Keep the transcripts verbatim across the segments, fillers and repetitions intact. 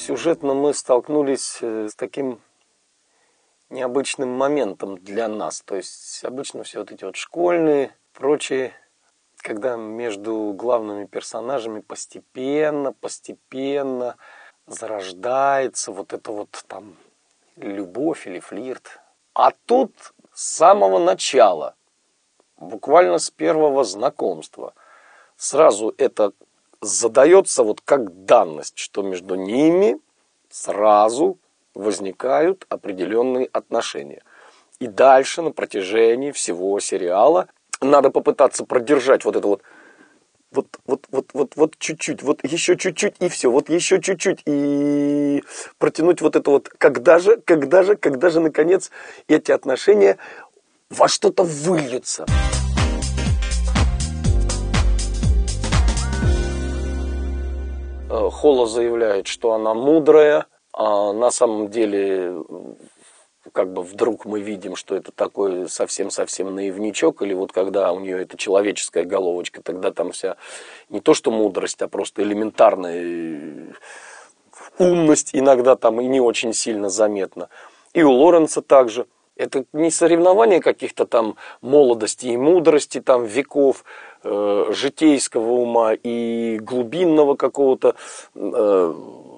Сюжетно мы столкнулись с таким необычным моментом для нас. То есть обычно все вот эти вот школьные, прочие, когда между главными персонажами постепенно, постепенно зарождается вот это вот там любовь или флирт. А тут с самого начала, буквально с первого знакомства, сразу это задается вот как данность, что между ними сразу возникают определенные отношения. И дальше на протяжении всего сериала надо попытаться продержать вот это вот вот, вот, вот, вот, вот чуть-чуть, вот еще чуть-чуть и все, вот еще чуть-чуть и протянуть вот это вот, когда же, когда же, когда же наконец эти отношения во что-то выльются. Холла заявляет, что она мудрая, а на самом деле, как бы вдруг мы видим, что это такой совсем-совсем наивничок, или вот когда у нее эта человеческая головочка, тогда там вся не то что мудрость, а просто элементарная умность иногда там и не очень сильно заметна. И у Лоренса также. Это не соревнование каких-то там молодости и мудрости, там веков, э, житейского ума и глубинного какого-то э,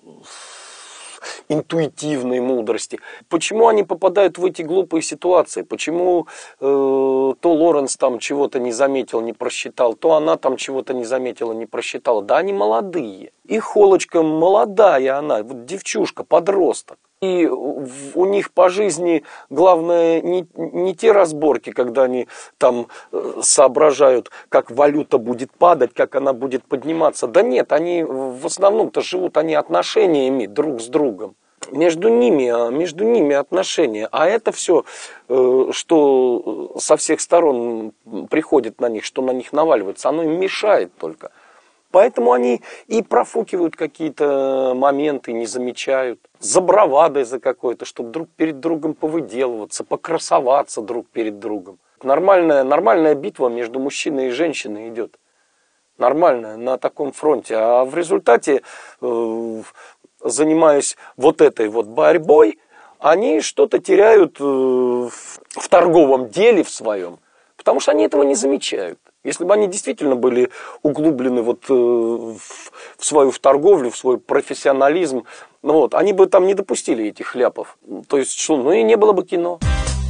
интуитивной мудрости. Почему они попадают в эти глупые ситуации? Почему э, то Лоренс там чего-то не заметил, не просчитал, то она там чего-то не заметила, не просчитала? Да они молодые. И Холочка молодая она, вот девчушка, подросток. И у них по жизни главное не, не те разборки, когда они там соображают, как валюта будет падать, как она будет подниматься. Да нет, они в основном-то живут они отношениями друг с другом. Между ними, между ними отношения. А это все, что со всех сторон приходит на них, что на них наваливается, оно им мешает только. Поэтому они и профукивают какие-то моменты, не замечают. За бравадой за какой-то, чтобы друг перед другом повыделываться, покрасоваться друг перед другом. Нормальная, нормальная битва между мужчиной и женщиной идет. Нормальная, на таком фронте. А в результате, э, занимаясь вот этой вот борьбой, они что-то теряют э, в торговом деле в своем. Потому что они этого не замечают. Если бы они действительно были углублены вот, э, в, в свою в торговлю, в свой профессионализм, ну вот, они бы там не допустили этих ляпов. То есть, что, ну и не было бы кино.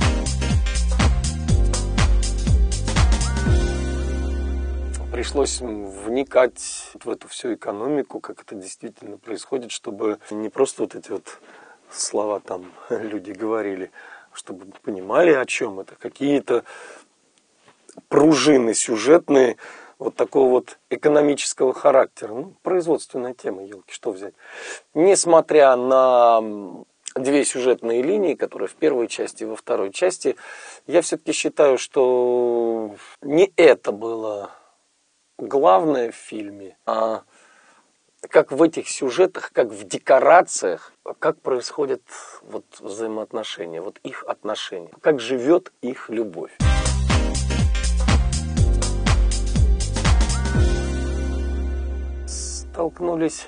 Пришлось вникать в эту всю экономику, как это действительно происходит, чтобы не просто вот эти вот слова там люди говорили, чтобы понимали, о чем это, какие-то пружины сюжетные вот такого вот экономического характера. Ну, производственная тема, елки, что взять. Несмотря на две сюжетные линии, которые в первой части и во второй части, я все-таки считаю, что не это было главное в фильме, а как в этих сюжетах, как в декорациях, как происходят вот взаимоотношения, вот их отношения, как живет их любовь. Столкнулись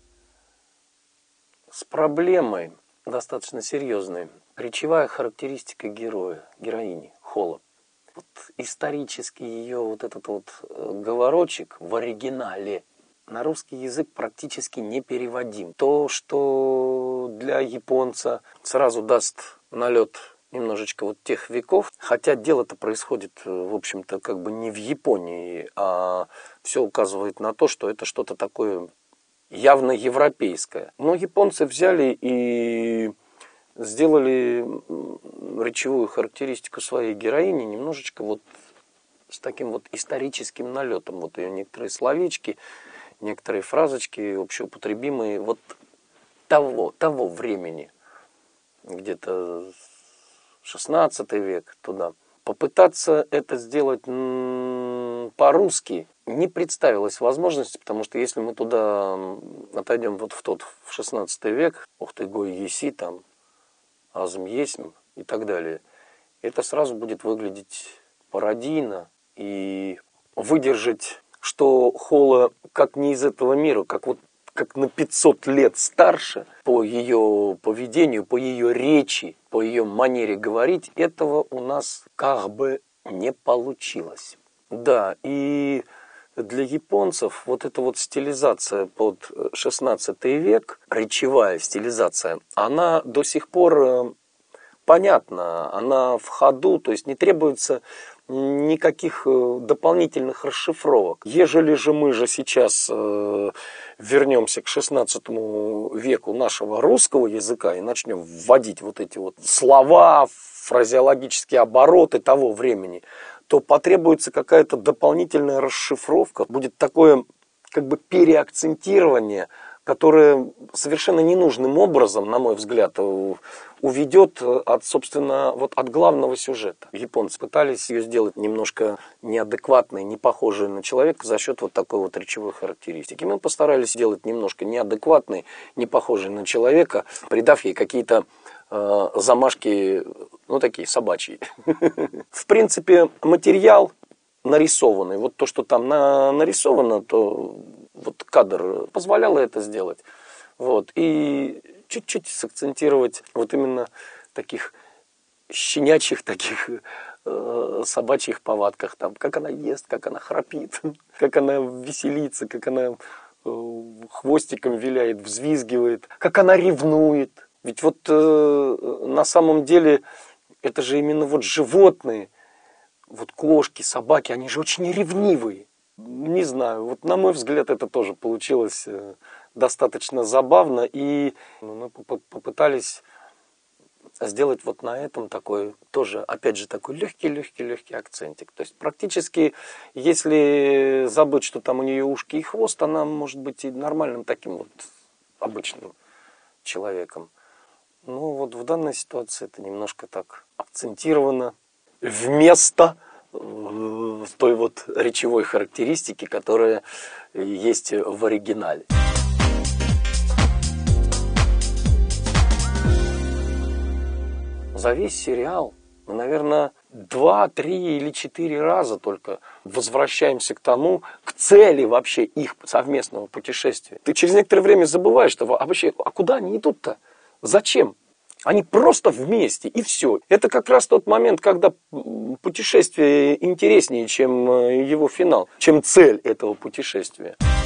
с проблемой достаточно серьезной. Речевая характеристика героя, героини, Холла. Вот исторически ее вот этот вот говорочек в оригинале на русский язык практически непереводим. То, что для японца сразу даст налет немножечко вот тех веков, хотя дело-то происходит, в общем-то, как бы не в Японии, а все указывает на то, что это что-то такое явно европейское. Но японцы взяли и сделали речевую характеристику своей героини немножечко вот с таким вот историческим налетом. Вот ее некоторые словечки, некоторые фразочки общеупотребимые вот того, того времени, где-то шестнадцатый век туда. Попытаться это сделать по-русски не представилось возможности, потому что если мы туда отойдем вот в тот в шестнадцатый век, ух ты, гой еси, там, азм есмь и так далее, это сразу будет выглядеть пародийно и выдержать, что Холла как не из этого мира, как вот как на пятьсот лет старше по ее поведению, по ее речи, по ее манере говорить, этого у нас как бы не получилось. Да, и для японцев вот эта вот стилизация под шестнадцатый век, речевая стилизация, она до сих пор понятна, она в ходу, то есть не требуется никаких дополнительных расшифровок. Ежели же мы же сейчас э, вернемся к шестнадцатому веку нашего русского языка и начнем вводить вот эти вот слова, фразеологические обороты того времени, то потребуется какая-то дополнительная расшифровка, будет такое как бы переакцентирование, которое совершенно ненужным образом, на мой взгляд, уведет от, собственно, вот от главного сюжета. Японцы пытались ее сделать немножко неадекватной, не похожей на человека за счет вот такой вот речевой характеристики. Мы постарались сделать немножко неадекватной, не похожей на человека, придав ей какие-то э, замашки, ну такие собачьи. В принципе, материал нарисованный, вот то, что там на, нарисовано, то вот кадр позволял это сделать. Вот. И чуть-чуть сакцентировать вот именно таких щенячьих, таких э, собачьих повадках. Там, как она ест, как она храпит, как она веселится, как она э, хвостиком виляет, взвизгивает, как она ревнует. Ведь вот э, на самом деле это же именно вот животные, вот кошки, собаки, они же очень ревнивые. Не знаю, вот на мой взгляд это тоже получилось достаточно забавно. И мы попытались сделать вот на этом такой, тоже, опять же, такой легкий-легкий-легкий акцентик. То есть практически, если забыть, что там у нее ушки и хвост, она может быть и нормальным таким вот обычным человеком. Ну вот в данной ситуации это немножко так акцентировано вместо той вот речевой характеристики, которая есть в оригинале. За весь сериал мы, наверное, два, три или четыре раза только возвращаемся к тому, к цели вообще их совместного путешествия. Ты через некоторое время забываешь, что а вообще, а куда они идут-то? Зачем? Они просто вместе, и все. Это как раз тот момент, когда путешествие интереснее, чем его финал, чем цель этого путешествия.